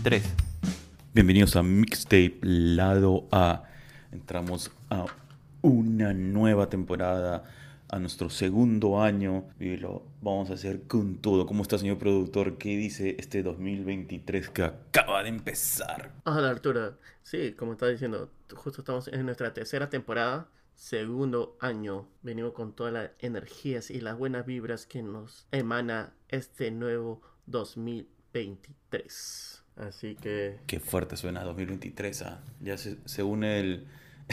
3. Bienvenidos a Mixtape Lado A. Entramos a una nueva temporada, a nuestro segundo año y lo vamos a hacer con todo. ¿Cómo está, señor productor? ¿Qué dice este 2023 que acaba de empezar? Hola Arturo, sí, como estaba diciendo, justo estamos en nuestra tercera temporada, segundo año. Venimos con todas las energías y las buenas vibras que nos emana este nuevo 2023. Así que, Qué fuerte suena 2023, ¿ah? Ya se une el...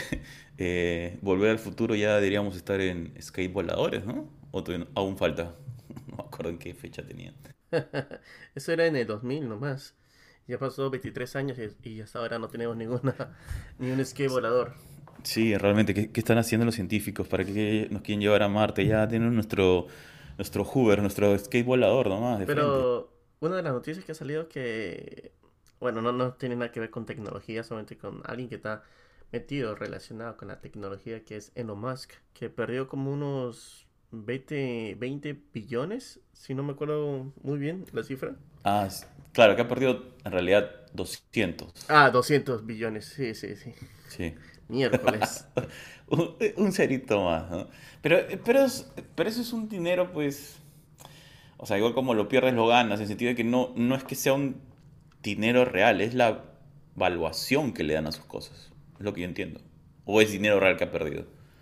volver al futuro, ya deberíamos estar en skate voladores, ¿no? ¿O aún falta? No me acuerdo en qué fecha tenía. eso era en el 2000 nomás. Ya pasó 23 años y hasta ahora no tenemos ni un esquí volador. Sí, realmente, ¿qué están haciendo los científicos? ¿Para qué nos quieren llevar a Marte? Ya tienen nuestro Hoover, nuestro skate volador nomás de frente. Pero una de las noticias que ha salido que, bueno, no tiene nada que ver con tecnología, solamente con alguien que está metido relacionado con la tecnología, que es Elon Musk, que perdió como unos 20 billones, si no me acuerdo muy bien la cifra. Ah, claro, que ha perdido en realidad 200. Ah, 200 billones, sí, sí, sí. Sí. Miércoles. Un cerito más, ¿no? Pero eso es un dinero, pues... O sea, igual como lo pierdes, lo ganas, en el sentido de que no es que sea un dinero real, es la valuación que le dan a sus cosas. Es lo que yo entiendo. O es dinero real que ha perdido.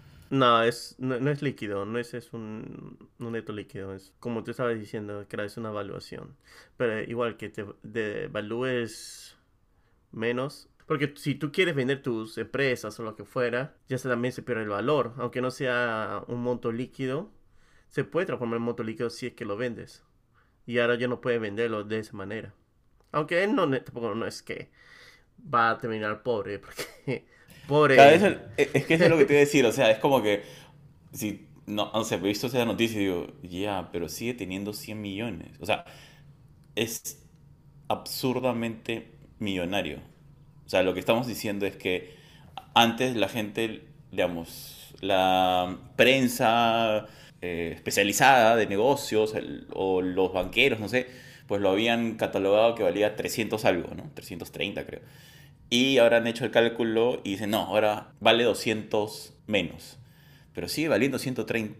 No es líquido, es un neto líquido, es como te estaba diciendo, que es una evaluación. Pero igual que te devalúes menos. Porque si tú quieres vender tus empresas o lo que fuera, también se pierde el valor. Aunque no sea un monto líquido, se puede transformar en monto líquido si es que lo vendes. Y ahora ya no puede venderlo de esa manera. Aunque él tampoco no es que va a terminar pobre, porque Claro, pobre. es que eso es lo que te iba a decir. O sea, es como que si no sé, he visto esa noticia y digo, ya, pero sigue teniendo 100 millones. O sea, es absurdamente millonario. O sea, lo que estamos diciendo es que antes la gente, digamos, la prensa especializada de negocios o los banqueros, no sé, pues lo habían catalogado que valía 300 algo, ¿no? 330 creo. Y ahora han hecho el cálculo y dicen, no, ahora vale 200 menos. Pero sigue valiendo 130.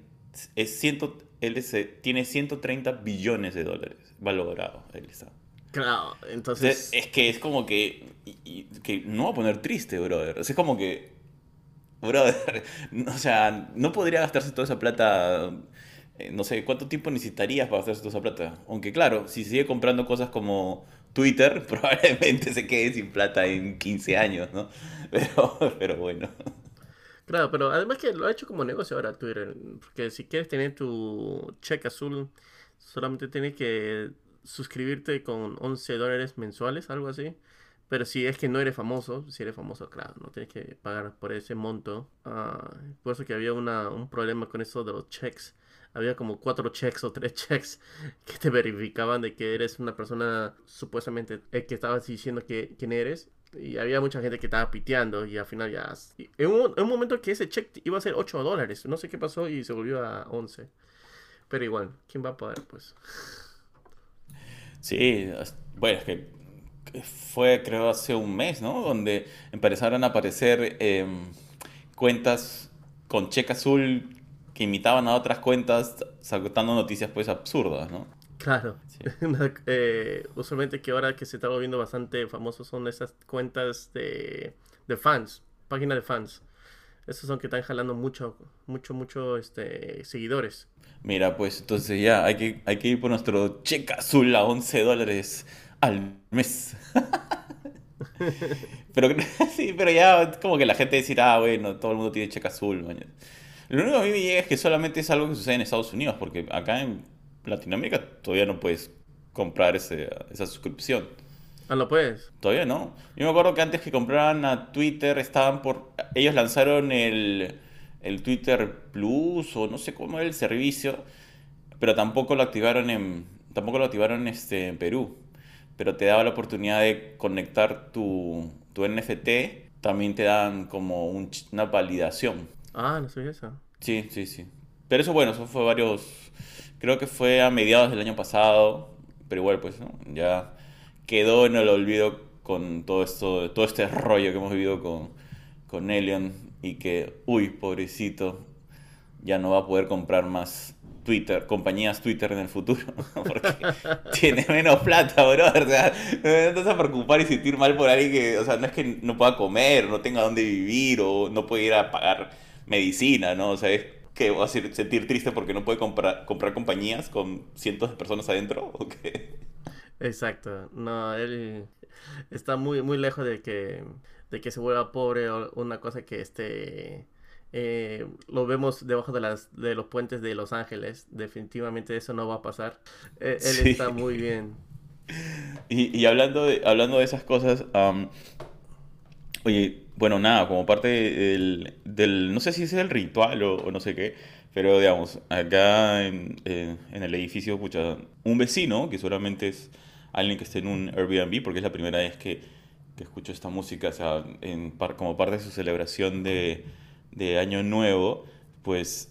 Tiene 130 billones de dólares valorado el Estado. Claro, Entonces, entonces. es que es como que... que no va a poner triste, brother. O sea, es como que... Brother, o sea, no podría gastarse toda esa plata... no sé, ¿cuánto tiempo necesitarías para gastarse toda esa plata? Aunque claro, si sigue comprando cosas como Twitter, probablemente se quede sin plata en 15 años, ¿no? Pero bueno. Claro, pero además que lo ha hecho como negocio ahora Twitter. Porque si quieres tener tu cheque azul, solamente tienes que suscribirte con $11 mensuales, algo así. Pero si es que no eres famoso, si eres famoso, claro, no tienes que pagar por ese monto. Por eso que había un problema con eso de los checks. Había como cuatro checks o tres checks que te verificaban de que eres una persona supuestamente que estabas diciendo que quién eres. Y había mucha gente que estaba piteando y al final ya... En un momento que ese check iba a ser $8. No sé qué pasó y se volvió a 11. Pero igual, ¿quién va a pagar pues? Sí, bueno, es que fue creo hace un mes, ¿no? Donde empezaron a aparecer cuentas con cheque azul que imitaban a otras cuentas saltando noticias pues absurdas, ¿no? Claro. Sí. Usualmente que ahora que se está volviendo bastante famoso son esas cuentas de fans, páginas de fans. Esos son que están jalando mucho, seguidores. Mira, pues entonces ya hay que ir por nuestro cheque azul a 11 dólares al mes. Pero sí, pero ya es como que la gente decir, ah, bueno, todo el mundo tiene cheque azul, mañana. Lo único que a mí me llega es que solamente es algo que sucede en Estados Unidos, porque acá en Latinoamérica todavía no puedes comprar esa suscripción. Ah, no puedes. Todavía no. Yo me acuerdo que antes que compraran a Twitter estaban por... Ellos lanzaron el Twitter Plus o no sé cómo era el servicio, pero tampoco lo activaron en Perú. Pero te daba la oportunidad de conectar tu NFT, también te dan como una validación. Ah, no sabía eso. Sí, sí, sí. Pero eso bueno, eso fue creo que fue a mediados del año pasado, pero igual pues, ¿no? Ya quedó en el olvido con todo esto, todo este rollo que hemos vivido con Elion y que, uy, pobrecito, ya no va a poder comprar más Twitter, compañías Twitter en el futuro, porque tiene menos plata, bro. O sea, no te vas a preocupar y sentir mal por alguien que, o sea, no es que no pueda comer, no tenga dónde vivir o no puede ir a pagar medicina, ¿no? O sea, es que va a sentir triste porque no puede comprar compañías con cientos de personas adentro, ¿o qué? Exacto. No, él está muy, muy lejos de que se vuelva pobre o una cosa que lo vemos debajo de los puentes de Los Ángeles. Definitivamente eso no va a pasar. Él está Sí. muy bien. Y hablando de esas cosas, oye, bueno, nada, como parte no sé si es el ritual o no sé qué, pero digamos, acá en el edificio, pucha, un vecino, que solamente es alguien que esté en un Airbnb, porque es la primera vez que escucho esta música, o sea, como parte de su celebración de Año Nuevo, pues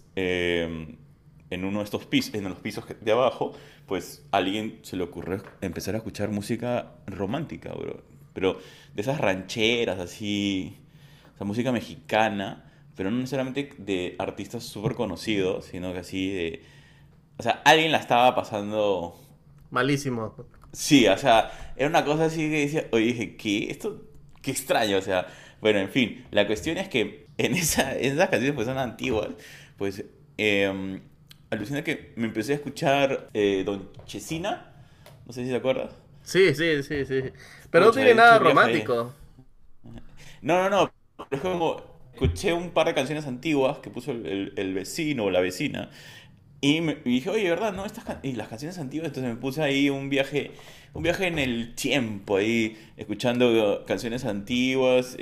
en uno de estos pisos, en los pisos de abajo, pues a alguien se le ocurrió empezar a escuchar música romántica, bro. Pero de esas rancheras así, o sea, música mexicana, pero no necesariamente de artistas súper conocidos, sino que así de... O sea, alguien la estaba pasando... Malísimo. Sí, o sea, era una cosa así que decía, oye, dije, ¿qué? Esto, qué extraño, o sea, bueno, en fin, la cuestión es que en esas canciones pues son antiguas, pues eh, alucina que me empecé a escuchar Don Chesina, no sé si te acuerdas. Sí, sí, sí, sí. Pero no Pucha, tiene he hecho nada un viaje ahí. romántico. No, no, no. Es como, escuché un par de canciones antiguas que puso el vecino o la vecina. Y dije, oye, ¿verdad? ¿No? Y las canciones antiguas, entonces me puse ahí un viaje en el tiempo, ahí escuchando canciones antiguas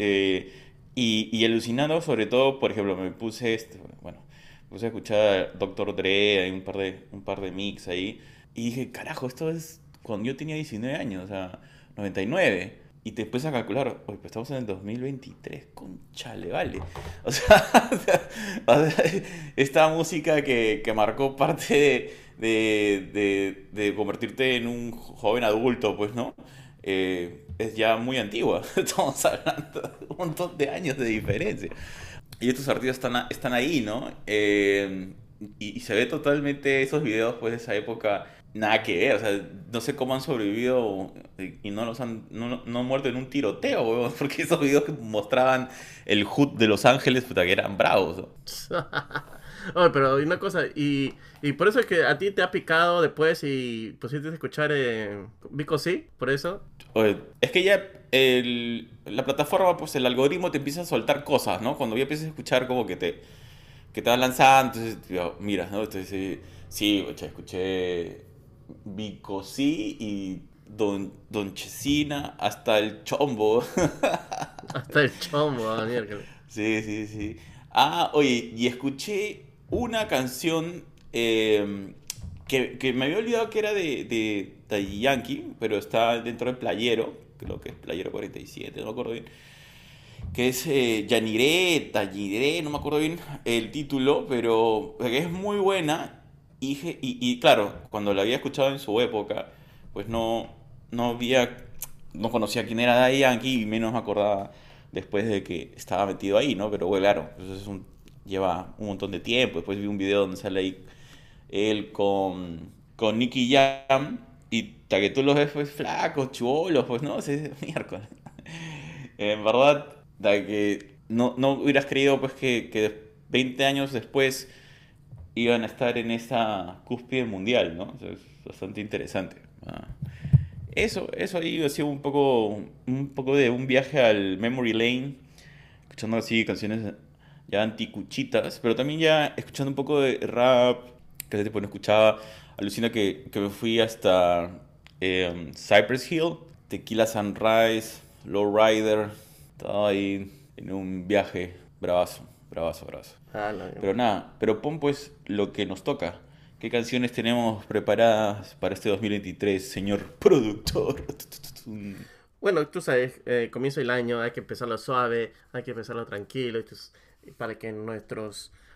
y alucinando, sobre todo, por ejemplo, me puse bueno, me puse a escuchar Doctor Dre, hay un par de mix ahí, y dije, carajo, esto es cuando yo tenía 19 años, o sea, 99. Y te empiezas a calcular, oye, pues estamos en el 2023, conchale, vale. O sea, o sea, esta música que marcó parte de convertirte en un joven adulto, pues, ¿no? Es ya muy antigua. Estamos hablando de un montón de años de diferencia. Y estos artistas están ahí, ¿no? Y se ve totalmente esos videos, pues, de esa época, nada que ver. O sea, no sé cómo han sobrevivido y no han muerto en un tiroteo, weón, porque esos videos que mostraban el hood de Los Ángeles, puta, que eran bravos, ¿no? Oye, pero una cosa, y por eso es que a ti te ha picado después y pusiste a escuchar Vico sí, por eso. Oye, es que ya la plataforma, pues el algoritmo te empieza a soltar cosas, ¿no? Cuando ya empiezas a escuchar como que te van lanzando, entonces miras, ¿no? Entonces sí, oye, escuché Vico sí y Don Chesina hasta el Chombo. Hasta el chombo, miércoles. Sí, sí, sí. Ah, oye, y escuché una canción que me había olvidado que era de Daddy Yankee, pero está dentro de Playero, creo que es Playero 47, no me acuerdo bien, que es Yaniré, Talliré, no me acuerdo bien el título, pero que es muy buena. Y claro, cuando la había escuchado en su época, pues no había, no conocía quién era Daddy Yankee y menos me acordaba después de que estaba metido ahí, ¿no? Pero bueno, claro, pues lleva un montón de tiempo. Después vi un video donde sale ahí él con Nicky Jam y ta que tú los ves pues flacos, chubolos, pues no, sé, miércoles. En verdad, da que no hubieras creído pues que 20 años después iban a estar en esa cúspide mundial, ¿no? O sea, es bastante interesante. Eso ahí ha sido un poco de un viaje al Memory Lane, escuchando así canciones ya anticuchitas, pero también ya escuchando un poco de rap, que hace tiempo no escuchaba. Alucina que me fui hasta Cypress Hill, Tequila Sunrise, Lowrider, estaba ahí en un viaje bravazo, bravazo, bravazo. Ah, Pero nada, pero pon pues lo que nos toca. ¿Qué canciones tenemos preparadas para este 2023, señor productor? bueno, tú sabes, comienzo el año, hay que empezarlo suave, hay que empezarlo tranquilo, para que nuestros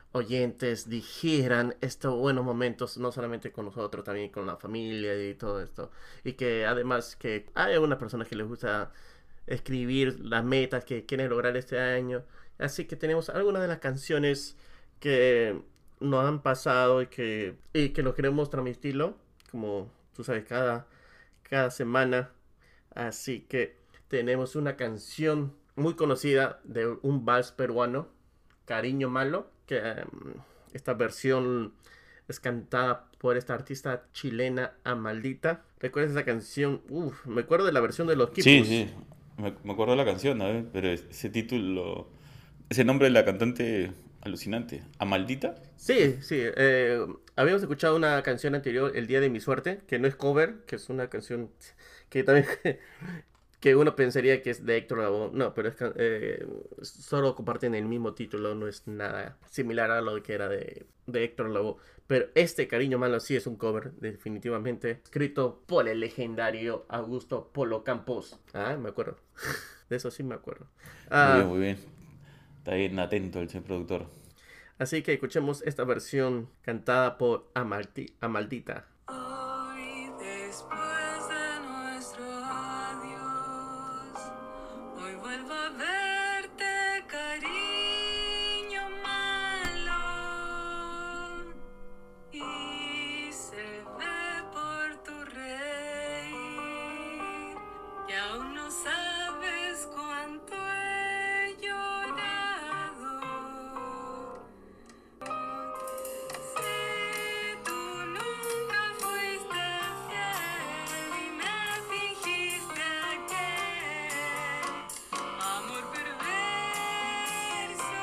oyentes dijeran estos buenos momentos, no solamente con nosotros, también con la familia y todo esto. Y que además que hay algunas personas que les gusta escribir las metas que quieren lograr este año. Así que tenemos algunas de las canciones que nos han pasado y que lo queremos transmitirlo, como tú sabes, cada semana. Así que tenemos una canción muy conocida de un vals peruano, Cariño Malo, que esta versión es cantada por esta artista chilena Amaldita. ¿Recuerdas esa canción? Uf, me acuerdo de la versión de los Sí, Kipus. sí, me acuerdo de la canción, ¿no? Pero ese título, ese nombre de la cantante, alucinante. ¿A maldita? Sí, sí. Habíamos escuchado una canción anterior, El Día de mi Suerte, que no es cover, que es una canción que también que uno pensaría que es de Héctor Lavoe. No, pero solo comparten el mismo título, no es nada similar a lo que era de Héctor Lavoe. Pero este Cariño Malo sí es un cover, definitivamente, escrito por el legendario Augusto Polo Campos. Ah, me acuerdo. De eso sí me acuerdo. Muy bien, Ah, muy bien. Está bien atento el señor productor. así que escuchemos esta versión cantada por Amaldita. Hoy, después de nuestro adiós, hoy vuelvo a verte, cariño malo, y se ve por tu reír, que aún no sabes cuánto he llorado. Si tú nunca fuiste fiel y me fingiste aquel amor perverso,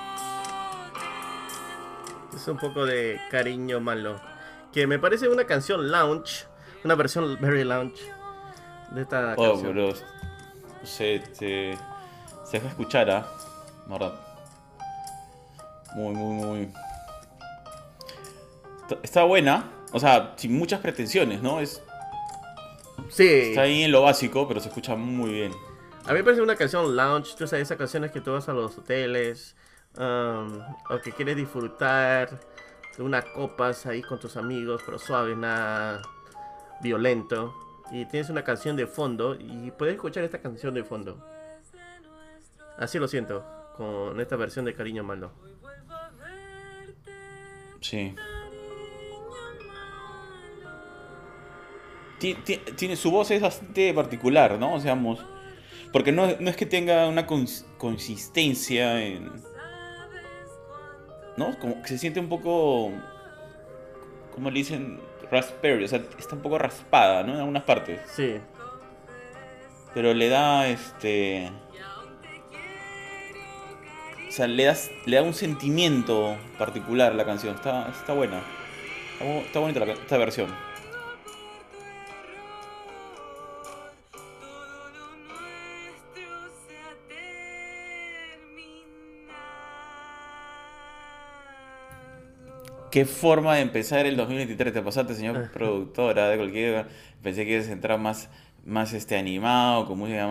Es un poco de Cariño Malo. Que me parece una canción lounge. Una versión very lounge de esta Oh, canción. pero se deja escuchar, ¿ah? ¿Verdad? Muy, muy, muy. Está buena, o sea, sin muchas pretensiones, ¿no? Está Sí, ahí en lo básico, pero se escucha muy bien. a mí me parece una canción lounge. Tú sabes, esas canciones que tú vas a los hoteles. O que quieres disfrutar de unas copas ahí con tus amigos, pero suave, nada violento. Y tienes una canción de fondo y puedes escuchar esta canción de fondo. después de nuestro Así lo siento, con esta versión de Cariño Malo. hoy vuelvo a verte, Sí. cariño malo. Tiene su voz es bastante particular, ¿no? O sea, porque no es que tenga una consistencia en, Sabes cuánto ¿no? Como que se siente un poco, como le dicen, raspberry, o sea, está un poco raspada, ¿no? En algunas partes. Sí, Pero le da, y aún te quiero, o sea, cariño. le da un sentimiento particular a la canción. Está buena. Está bonita esta versión. Por tu error, todo lo nuestro se ha Qué terminado. forma de empezar el 2023. Te pasaste, señor productora, de cualquier. Pensé que ibas a entrar más animado, con música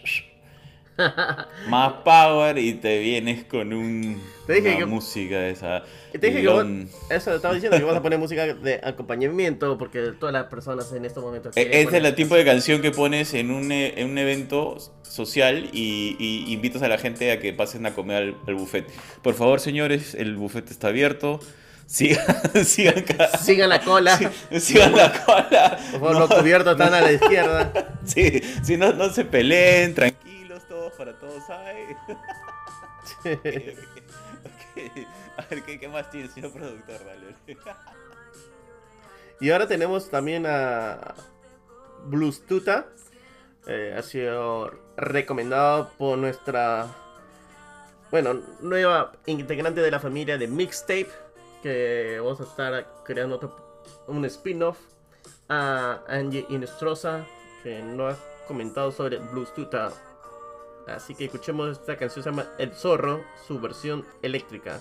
más power y te vienes con te dije una que música de esa. te dije que vos, Lon. eso estaba diciendo que vas a poner música de acompañamiento porque todas las personas en estos momentos quieren Es poner el esa tipo de canción. canción que pones en un evento social y invitas a la gente a que pasen a comer al buffet. Por favor, señores, el buffet está abierto. Sigan, sigan, Sigan la sí, cola. sigan la cola. Por favor, No, los cubiertos están a la izquierda. sí, sí, no se peleen, tranquilos, todos para todos hay. Ok, ok. A ver, ¿qué más tiene, señor productor? Dale. Y ahora tenemos también a Blues Tuta. Ha sido recomendado por nuestra, bueno, nueva integrante de la familia de Mixtape. Que vamos a estar creando un spin-off a Angie Inestrosa, que no ha comentado sobre Blues Tuta. Así que escuchemos esta canción, se llama El Zorro, su versión eléctrica.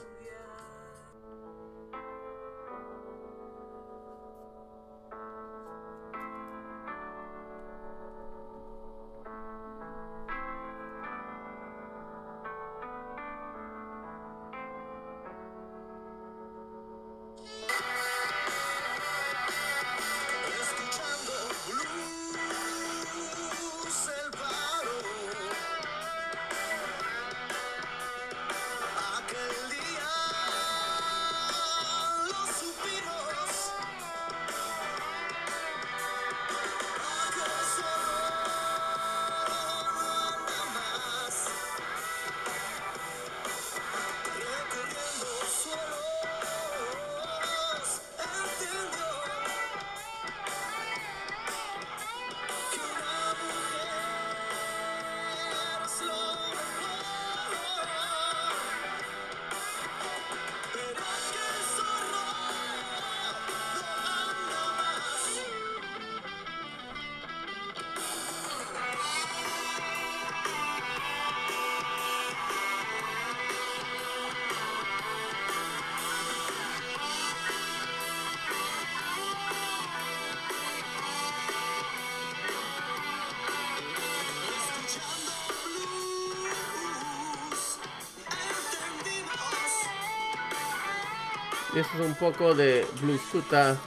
Y eso es un poco de Blues Tuta,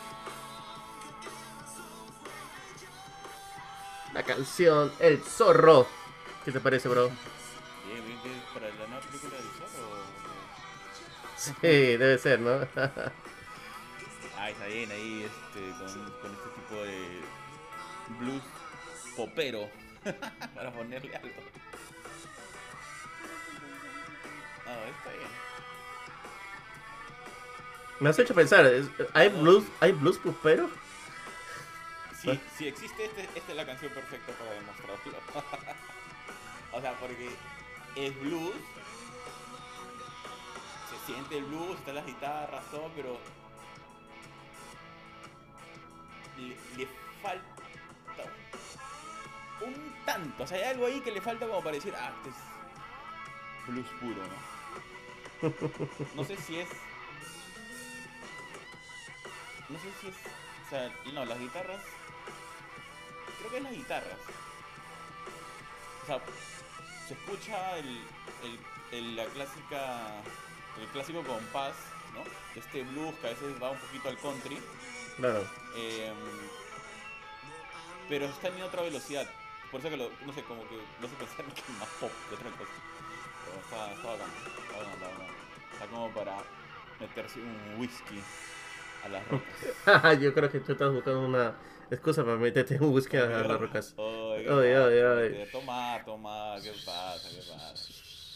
la canción El Zorro. ¿Qué te parece, bro? Bien, bien, bien. ¿Para la nueva película del Zorro? Sí, debe ser, ¿no? Ah, está bien ahí con este tipo de blues popero para ponerle algo. Ah, está bien. Me has hecho pensar, ¿hay blues pupero? Si existe, esta es la canción perfecta para demostrarlo. O sea, porque es blues, se siente el blues, están las guitarras, todo, pero le falta un tanto. O sea, hay algo ahí que le falta como para decir, este es blues puro, ¿no? No sé si es. No sé si es. O sea, no, las guitarras. Creo que es las guitarras. O sea, se escucha la clásica. El clásico compás, ¿no? Este blues que a veces va un poquito al country. Claro. Pero está en otra velocidad. Por eso que no sé, como que no sé pensar que es más pop que otra cosa. Pero está bacán. Está bacán, está bacán. Está como para meterse un whisky a las rocas. Yo creo que tú estás buscando una excusa para meterte en búsqueda a las rocas. Oye, Ay, ay, ¿qué ay. pasa? Toma, ¿qué pasa? ¿Qué pasa?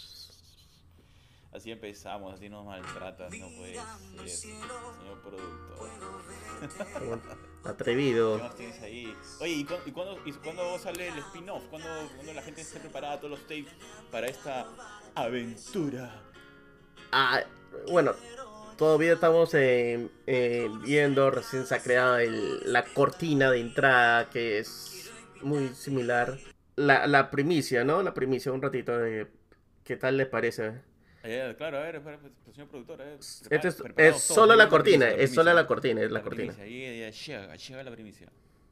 Así empezamos, así nos maltratan, no puede ser, señor productor. Atrevido. ¿Qué más tienes ahí? Oye, ¿y cuándo sale el spin-off? ¿Cuándo la gente esté preparada, todos los tapes, para esta aventura? Ah, bueno, todavía estamos viendo, recién se ha creado la cortina de entrada que es muy similar. La primicia, ¿no? La primicia, un ratito de qué tal les parece. Claro, a ver, pues, señor productor, Esto es preparados todos, solo ahí la viene la cortina, primicia, la es solo primicia. la cortina, es la La cortina. primicia, ahí llega la primicia.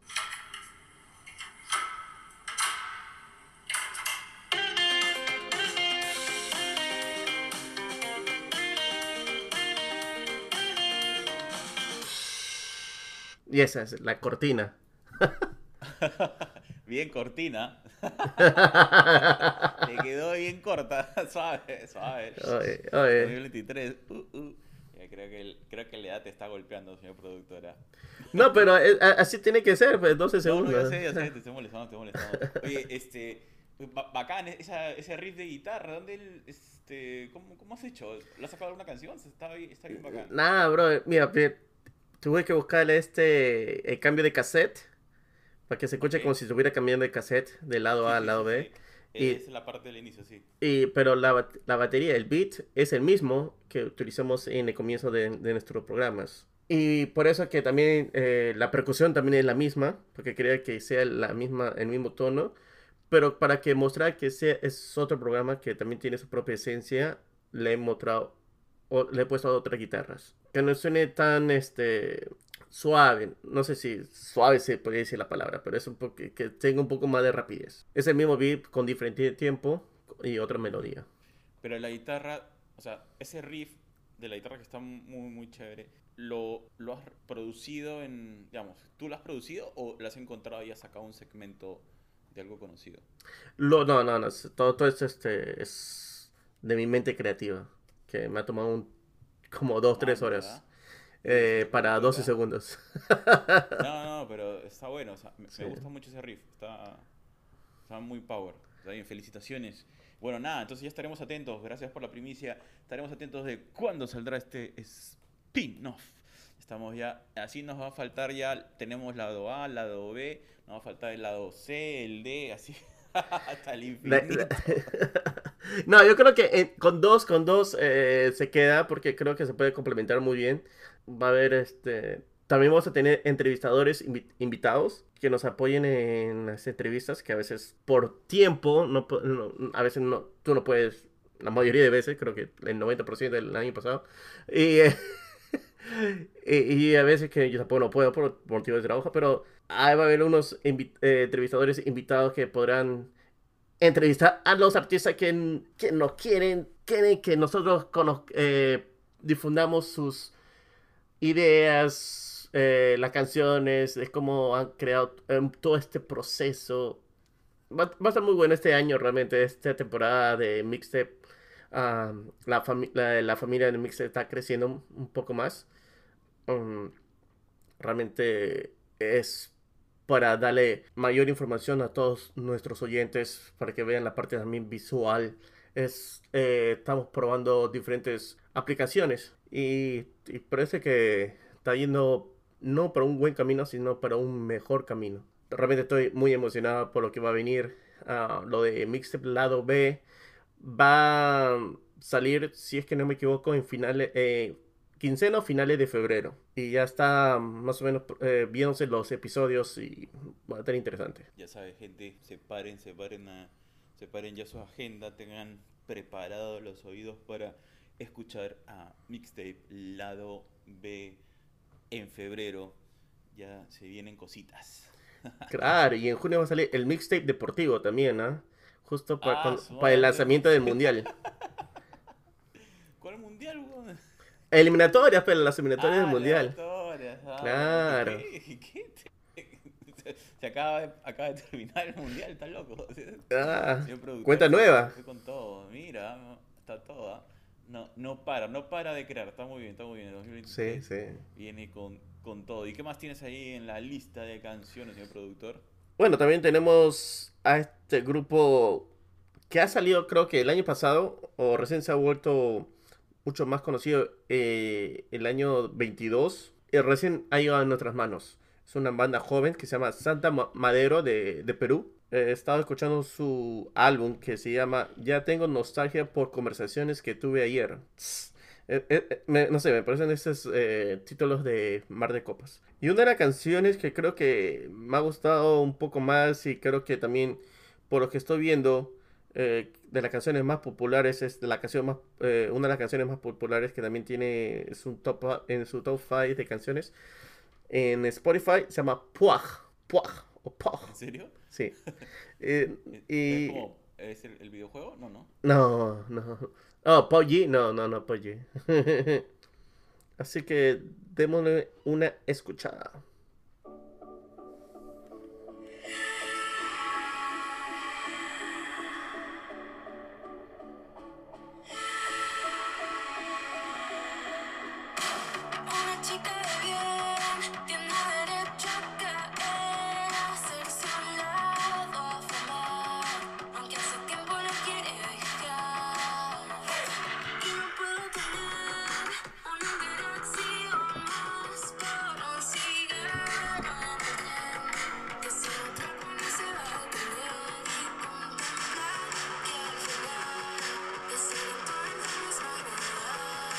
Y esa es la cortina. Bien cortina. Le quedó bien corta. Suave, suave. Oye, oye. 2023. Ya creo que la edad te está golpeando, señor productora. No, pero así tiene que ser, pues 12 No, segundos. ya sé, te estoy molestando, te estoy molestando. Oye, bacán, ese riff de guitarra, ¿cómo has hecho? ¿Lo has sacado alguna canción? Está bien bacán. Nada, bro, mira, tuve que buscarle el cambio de cassette para que se escuche Ok. como si estuviera cambiando de cassette del lado A al lado B. Sí. Y, Es la parte del inicio, sí. pero la batería, el beat, es el mismo que utilizamos en el comienzo de nuestros programas. Y por eso que también la percusión también es la misma, porque quería que sea el mismo tono. Pero para que mostrar que es otro programa que también tiene su propia esencia, le he mostrado, le he puesto otras guitarras. Que no suene tan suave. No sé si suave se podría decir la palabra, pero es un poco que tenga un poco más de rapidez. Es el mismo beat con diferente tiempo y otra melodía. Pero la guitarra, o sea, ese riff de la guitarra que está muy, muy chévere, ¿lo has producido digamos, tú lo has producido o lo has encontrado y has sacado un segmento de algo conocido? No, todo esto es de mi mente creativa, que me ha tomado como 2-3 Ya. horas Señor para 12 productora. segundos. No, pero está bueno, o sea, Sí. me gusta mucho ese riff, está muy power. Está bien, felicitaciones. Bueno, nada, entonces ya estaremos atentos, gracias por la primicia. Estaremos atentos de cuándo saldrá este spin-off. Estamos ya, así nos va a faltar ya, tenemos lado A, lado B, nos va a faltar el lado C, el D, así hasta el infinito. No, yo creo que con dos se queda porque creo que se puede complementar muy bien. Va a haber también vamos a tener entrevistadores invitados que nos apoyen en las entrevistas que a veces por tiempo a veces no tú no puedes, la mayoría de veces, creo que el 90% del año pasado y y a veces que yo tampoco no puedo por motivos de trabajo, pero ahí va a haber unos entrevistadores invitados que podrán entrevistar a los artistas que nos quieren que nosotros difundamos ideas, las canciones, es como han creado todo este proceso. Va a estar muy bueno este año, realmente, esta temporada de Mixtape. La familia de Mixtape está creciendo un poco más. Um, Realmente es para darle mayor información a todos nuestros oyentes, para que vean la parte también visual. Estamos probando diferentes aplicaciones y parece que está yendo no para un buen camino, sino para un mejor camino. Realmente estoy muy emocionado por lo que va a venir. Lo de Mixtape Lado B va a salir, si es que no me equivoco, en finales, quincena o finales de febrero. Y ya está más o menos viéndose los episodios y va a estar interesante. Ya sabes, gente, separen ya su agenda, tengan preparados los oídos para escuchar a Mixtape Lado B en febrero. Ya se vienen cositas. Claro, y en junio va a salir el mixtape deportivo también, ¿ah? Justo Ah, su para el madre, lanzamiento del mundial. ¿Cuál mundial, weón? Eliminatorias, pero las eliminatorias del Ah, mundial. eliminatorias. Ah, Claro. ¿qué? Se acaba de terminar el mundial, está loco. Ah, Señor productor, cuenta se nueva. fue con todo. Mira, está toda. No, no para de crear. Está muy bien, está muy bien. El Sí, 2023 sí. viene con todo. ¿Y qué más tienes ahí en la lista de canciones, señor productor? Bueno, también tenemos a este grupo que ha salido creo que el año pasado o recién se ha vuelto mucho más conocido el año 22 y recién ha llegado a nuestras manos. Es una banda joven que se llama Madero de Perú. He estado escuchando su álbum que se llama Ya tengo nostalgia por conversaciones que tuve ayer. No sé, me parecen esos títulos de Mar de Copas. Y una de las canciones que creo que me ha gustado un poco más y creo que también por lo que estoy viendo de las canciones más populares es de la canción más, una de las canciones más populares que también tiene es un en su top 5 de canciones en Spotify se llama Puaj, Puaj o Pog. ¿En serio? Sí. Eh, ¿Es y como, es el videojuego? No, no. no, no. Oh, Poggy, no, no, no, Poggy. Así que démosle una escuchada. Una chica de bien tiene derecho a caer, a hacerse a un lado, a fumar, aunque hace tiempo no quiere dejar. Y no puedo tener una interacción más por un cigarro en el tren, que si no atrapa me se va a perder y contemplar que al final que sigue todo en la misma gravedad.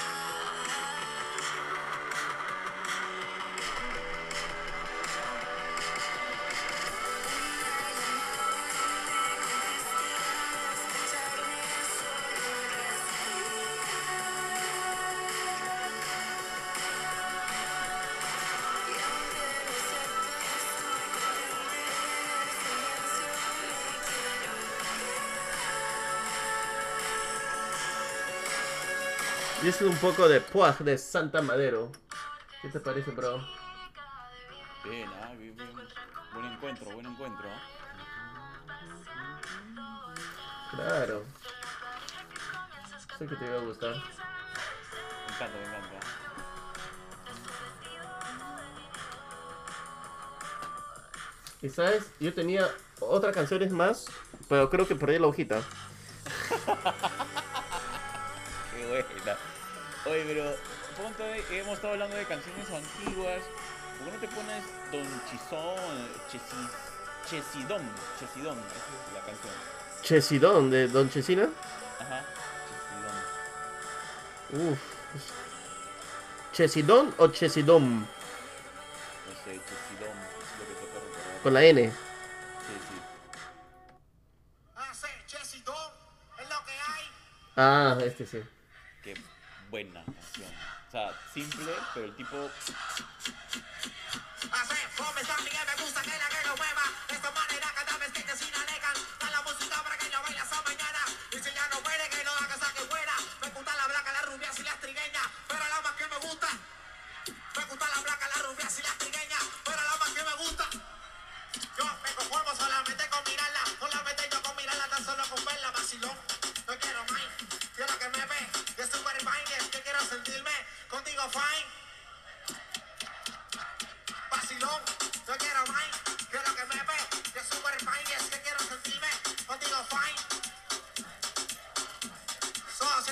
Y es un poco de Puaj de Santa Madero. ¿Qué te parece, bro? Bien, bien. Buen encuentro, buen encuentro. Claro. Sé que te iba a gustar. Me encanta, me encanta. Y sabes, yo tenía otras canciones más, pero creo que perdí la hojita. Qué buena. Oye, pero ponte, hemos estado hablando de canciones antiguas. ¿Por qué no te pones Don Chizón, Chesidón? Chesidón, esa es la canción. Chesidón de Don Chesina. Ajá, Chesidón. Uf. ¿Chesidón o Chesidón? No sé, Chesidón, es lo que toca recordar. Con la N. Sí, sí. Hace Chesidón, es lo que hay. Ah, este sí. Qué buena canción. O sea, simple, pero el tipo. Hace come también me gusta que lo mueva. De esta manera cada vez que Chesina le canta la música para que lo baile esa mañana. Y si ya no puede que lo haga hasta que fuera. Me gusta la blanca, la rubia y la trigueña. Pero la más que me gusta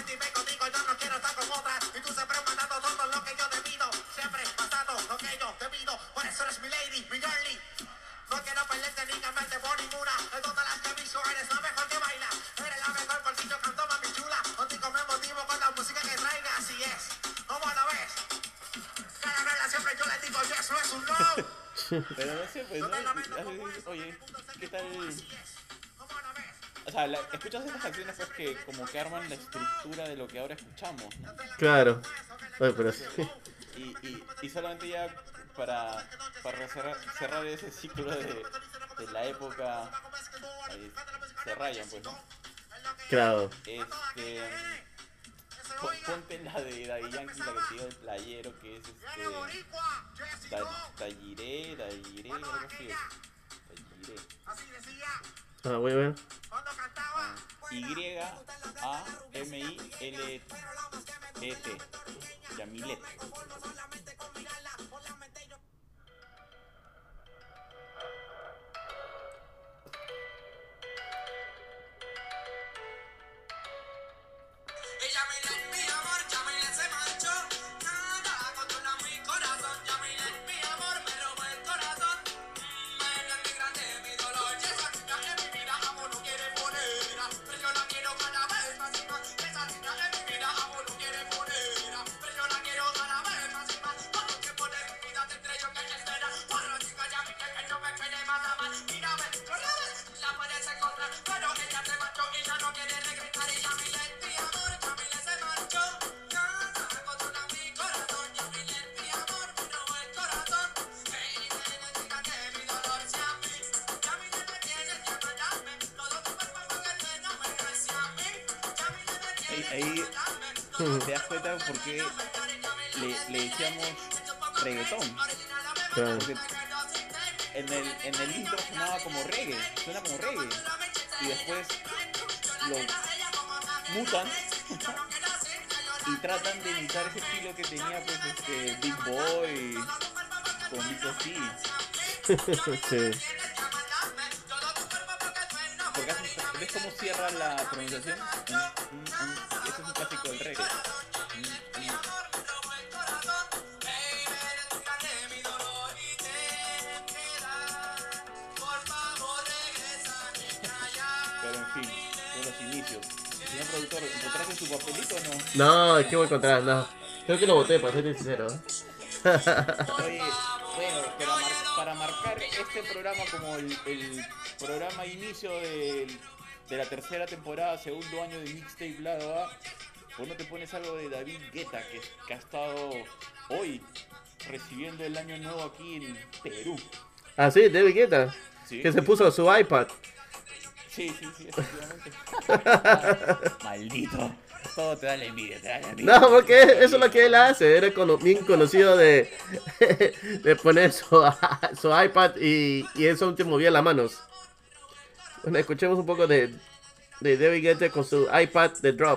Dime contigo, yo no quiero estar con otra. Y tú siempre mandando todo lo que yo te pido. Siempre pasando lo que yo te pido. Por eso eres mi lady, mi girlie. No quiero perderte ni cambiarte por ninguna. De todas las que he visto, eres la mejor que baila. Eres la mejor por ti, yo canto, mami chula. Contigo me motivo con la música que traiga. Así es, ¿cómo la ves? Cada regla siempre yo le digo, yes, no es un no. Pero no sé, pues, ¿no? Oye, ¿qué tal? ¿Cómo la ves? O sea, escuchas estas canciones pues que como que arman la estructura de lo que ahora escuchamos, ¿no? Claro. Oye, pero sí. Y solamente ya para cerrar ese ciclo de la época, ahí se rayan, pues, ¿no? Claro. Ponte la de Daddy Yankee, la que te digo del playero, que es Dayire, algo así es. Dayire. Así decía, Ah, voy a ver. cuando cantaba. YAMILET. Yamilet. Yamilet, mi amor, Yamilet se marchó. Nada, controla mi corazón. Yamilet, mi amor, me robó el corazón. Ella es mi grande, mi dolor. Y esa niña en mi vida, amor, no quiere poner. Pero yo la quiero cada vez más y más. Esa niña en mi vida, amor, no quiere poner. Pero yo la quiero cada vez más y más. Cuánto tiempo de mi vida tendré yo que esperar. Por la chica Yamilet que no me quiere más amar. Mira, ven, corre, la puedes encontrar. Pero ella se marchó y ya no quiere regresar. Y Yamilet, mi amor, Yamilet se marchó. Nada, controla mi corazón. Yamilet, mi amor, me robó el corazón. Hey, ven, chica de mi dolor, si a mí. Yamilet me tienes que matarme. Todo tu cuerpo porque no me hace a mí. Yamilet me tienes que Ahí matarme. te das cuenta por qué le decíamos reggaetón. Claro. Porque en el intro sonaba como reggae, suena como reggae. Y después lo mutan y tratan de imitar ese estilo que tenía pues Big Boy con Vico C. Sí. Porque ¿ves cómo cierra la pronunciación? Ese es un clásico del reggae. Pero en fin, son los inicios. Señor productor, ¿encontraste su papelito o no? No, ¿qué voy a encontrar? No. Creo que lo boté, para ser sincero. Oye, bueno, pero para marcar este programa como el programa inicio de la tercera temporada, segundo año de Mixtape Lado A, ¿por no te pones algo de David Guetta que ha estado hoy recibiendo el año nuevo aquí en Perú? Ah, sí, David Guetta. Sí, Que se puso su iPad. sí, efectivamente. Maldito. Todo te da la envidia, te da la envidia. No, porque eso es lo que él hace. Era bien conocido de poner su iPad y eso te movía las manos. Bueno, escuchemos un poco de David Guetta con su iPad de Drop.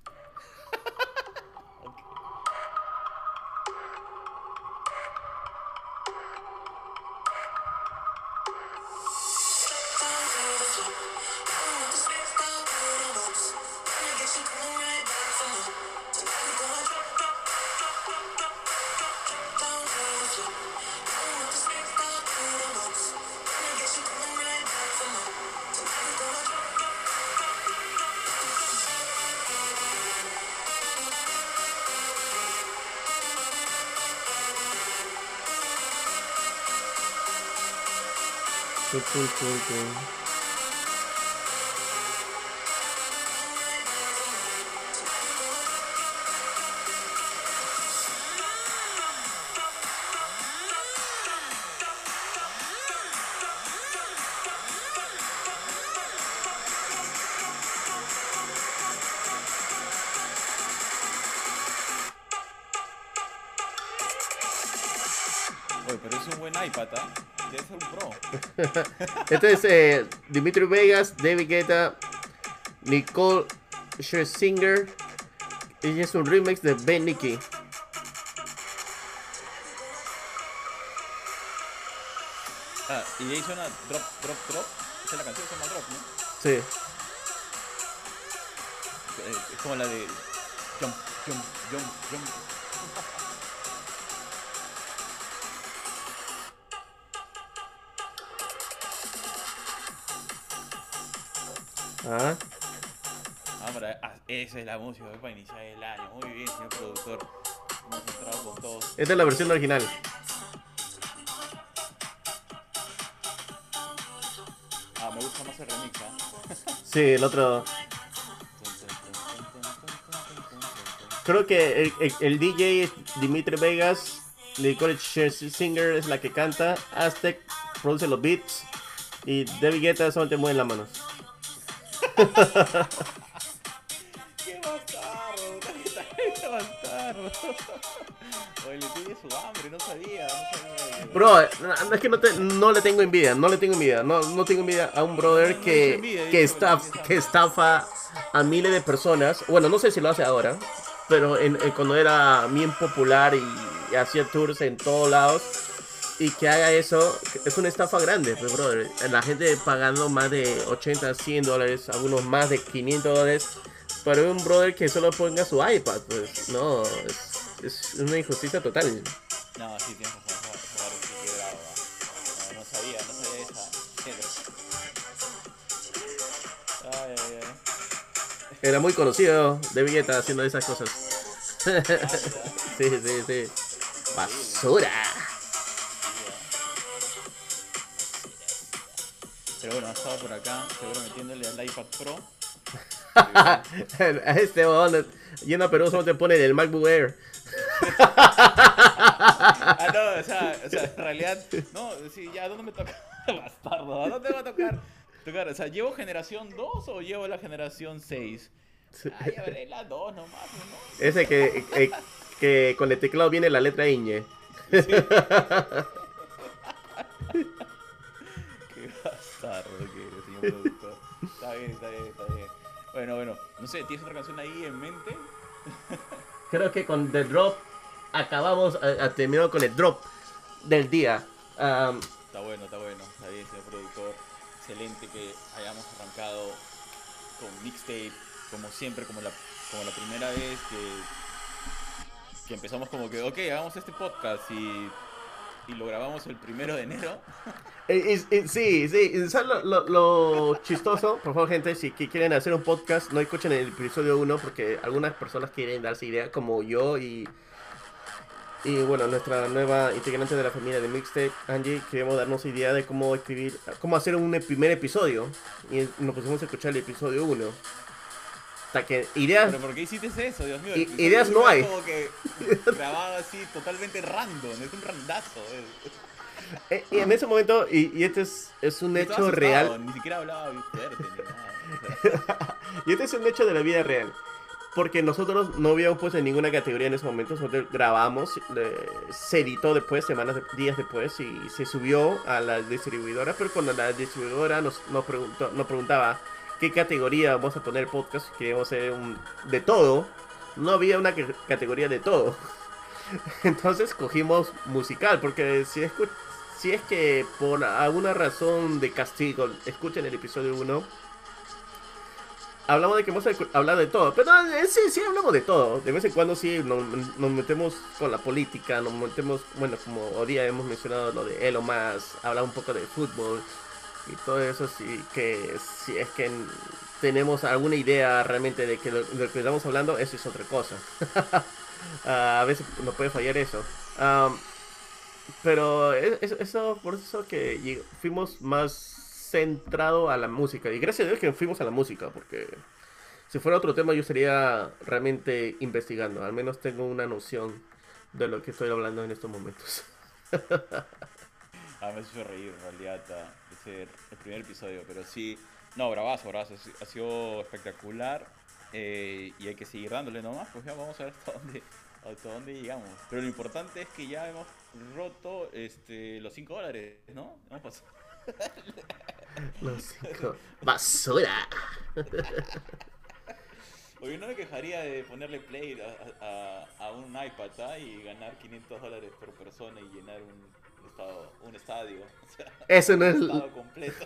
Oye, pero es un buen iPad, ¿ah? Debe ser un pro. Este es Dimitri Vegas, David Guetta, Nicole Scherzinger. Y es un remix de Ben Nicky. Ah, y ahí suena Drop. Esa es la canción, se llama Drop, ¿no? Sí. Es como la de jump, jump, jump, jump. Ah, Esa es la música para iniciar el año. Muy bien, señor productor. Hemos entrado con todos. esta es la versión original. Me gusta más el remix, ¿ah? Sí, el otro. Creo que el DJ Dimitri Vegas de College Singer es la que canta. Aztec produce los beats. Y David Guetta solamente mueve las manos. ¡Qué bastardo! ¡Qué bastardo! Oye, le tiene su hambre, no sabía. Bro, es que no le tengo envidia, no tengo envidia a un brother que estafa a miles de personas. Bueno, no sé si lo hace ahora, pero cuando era bien popular y hacía tours en todos lados, y que haga eso, es una estafa grande, pues, brother. La gente pagando más de 80, 100 dólares, algunos más de 500 dólares, para un brother que solo ponga su iPad, pues, no, es una injusticia total. No, sí, tienes razón. Joder, sí, qué bravo. No sabía esa. Ay, ay, ay. Era muy conocido de Vegeta haciendo esas cosas. Sí. Basura. Pero bueno, ha estado por acá, seguro metiéndole al iPad Pro. A este huevón yendo a Perú solo te pone el MacBook Air. No, o sea, en realidad, no, sí, ya, ¿dónde me toca? Bastardo, ¿a dónde me va a tocar? O sea, ¿llevo generación 2 o llevo la generación 6? Ya veré la 2 nomás, ¿no? Ese que con el teclado viene la letra ñ. Qué bastardo que eres, señor productor. Está bien. Bueno, no sé, ¿tienes otra canción ahí en mente? Creo que con The Drop acabamos terminado con el drop del día. Está bueno, está bien, señor productor. Excelente que hayamos arrancado con mixtape, como siempre, como la primera vez que empezamos como que, ok, hagamos este podcast y lo grabamos el 1 de enero. Sí. ¿Sabes lo chistoso? Por favor, gente, si quieren hacer un podcast, no escuchen el episodio 1 porque algunas personas quieren darse idea, como yo y bueno, nuestra nueva integrante de la familia de Mixtape, Angie, queríamos darnos idea de cómo hacer un primer episodio. Y nos pusimos a escuchar el episodio 1. Hasta que ideas... ¿Pero por qué hiciste eso, Dios mío? Ideas no hay. Como que grabado así, totalmente random, es un randazo. Y en ese momento, y este es un hecho real. Ni siquiera hablaba bien fuerte ni nada. Y este es un hecho de la vida real. Porque nosotros no habíamos puesto en ninguna categoría en ese momento. Nosotros grabamos, se editó después, días después, y se subió a la distribuidora. Pero cuando la distribuidora nos preguntaba qué categoría vamos a poner podcast, queríamos hacer de todo, no había una categoría de todo. Entonces cogimos musical, porque si es que por alguna razón de castigo escuchen el episodio 1, hablamos de que vamos a hablar de todo. Pero sí hablamos de todo. De vez en cuando sí nos metemos con la política, nos metemos, bueno, como hoy día hemos mencionado lo de Elon Musk, hablar un poco de fútbol y todo eso. Sí, que si es que tenemos alguna idea realmente de lo que estamos hablando, eso es otra cosa. A veces nos puede fallar eso. Pero por eso que fuimos más centrado a la música. Y gracias a Dios que fuimos a la música, porque si fuera otro tema yo estaría realmente investigando. Al menos tengo una noción de lo que estoy hablando en estos momentos. Me hizo reír en realidad ese el primer episodio, pero sí, no, bravazo, ha sido espectacular. Y hay que seguir dándole nomás, pues ya vamos a ver hasta dónde llegamos. Pero lo importante es que ya hemos roto los $5, ¿no? Hemos pasado. Los 5. ¡Basura! Oye, no me quejaría de ponerle play a un iPad y ganar $500 por persona y llenar un estadio. O sea, eso no es. Un estadio completo.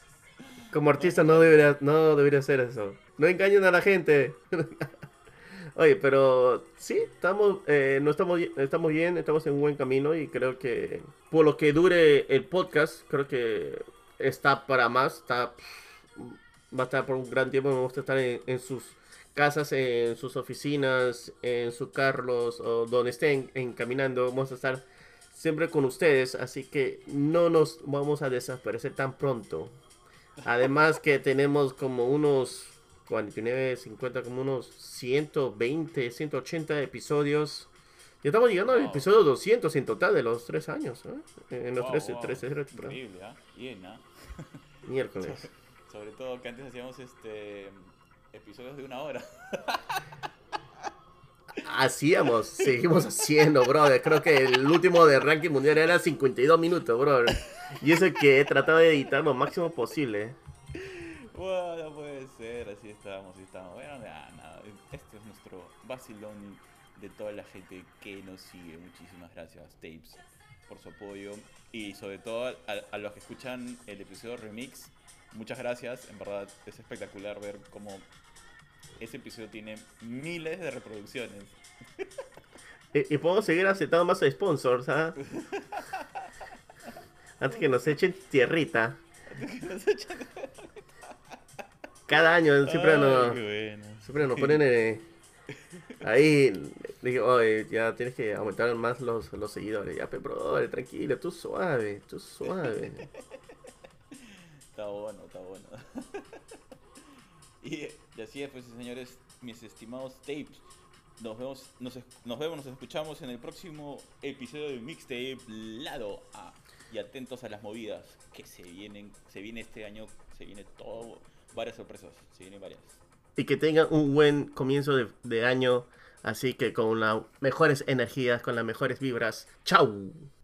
Como artista no debería hacer eso. No engañen a la gente. Oye, pero sí, no estamos bien, estamos en un buen camino y creo que por lo que dure el podcast, creo que está para más, va a estar por un gran tiempo, me gusta estar en sus casas, en sus oficinas, en sus carros o donde estén caminando, vamos a estar siempre con ustedes, así que no nos vamos a desaparecer tan pronto. Además que tenemos como unos 49, 50, como unos 120, 180 episodios. Ya estamos llegando al Wow, episodio 200 en total de los 3 años, en los wow, 13, wow. 13 temporadas. Increíble, ¿ah? Bien, ¿ah? Miércoles. Sobre todo que antes hacíamos episodios de 1 hora. Hacíamos, seguimos haciendo, brother. Creo que el último de ranking mundial era 52 minutos, brother. Y eso que he tratado de editar lo máximo posible. Bueno, no puede ser, así estamos, así estamos. Bueno, nada, este es nuestro vacilón de toda la gente que nos sigue. Muchísimas gracias, Tapes, por su apoyo. Y sobre todo a los que escuchan el episodio remix, muchas gracias. En verdad es espectacular ver cómo ese episodio tiene miles de reproducciones. Y podemos seguir aceptando más sponsors, ¿ah? Antes que nos echen tierrita. Cada año Ay, qué bueno. siempre nos ponen ahí. Digo, oye, ya tienes que aumentar más los seguidores. Ya, pero brother, tranquilo, tú suave, tú suave. Está bueno, está bueno. Y así es, pues, señores, mis estimados tapes. Nos escuchamos en el próximo episodio de Mixtape Lado A. Y atentos a las movidas que se viene este año, se viene todo, varias sorpresas, se vienen varias. Y que tengan un buen comienzo de año. Así que con las mejores energías, con las mejores vibras. ¡Chao!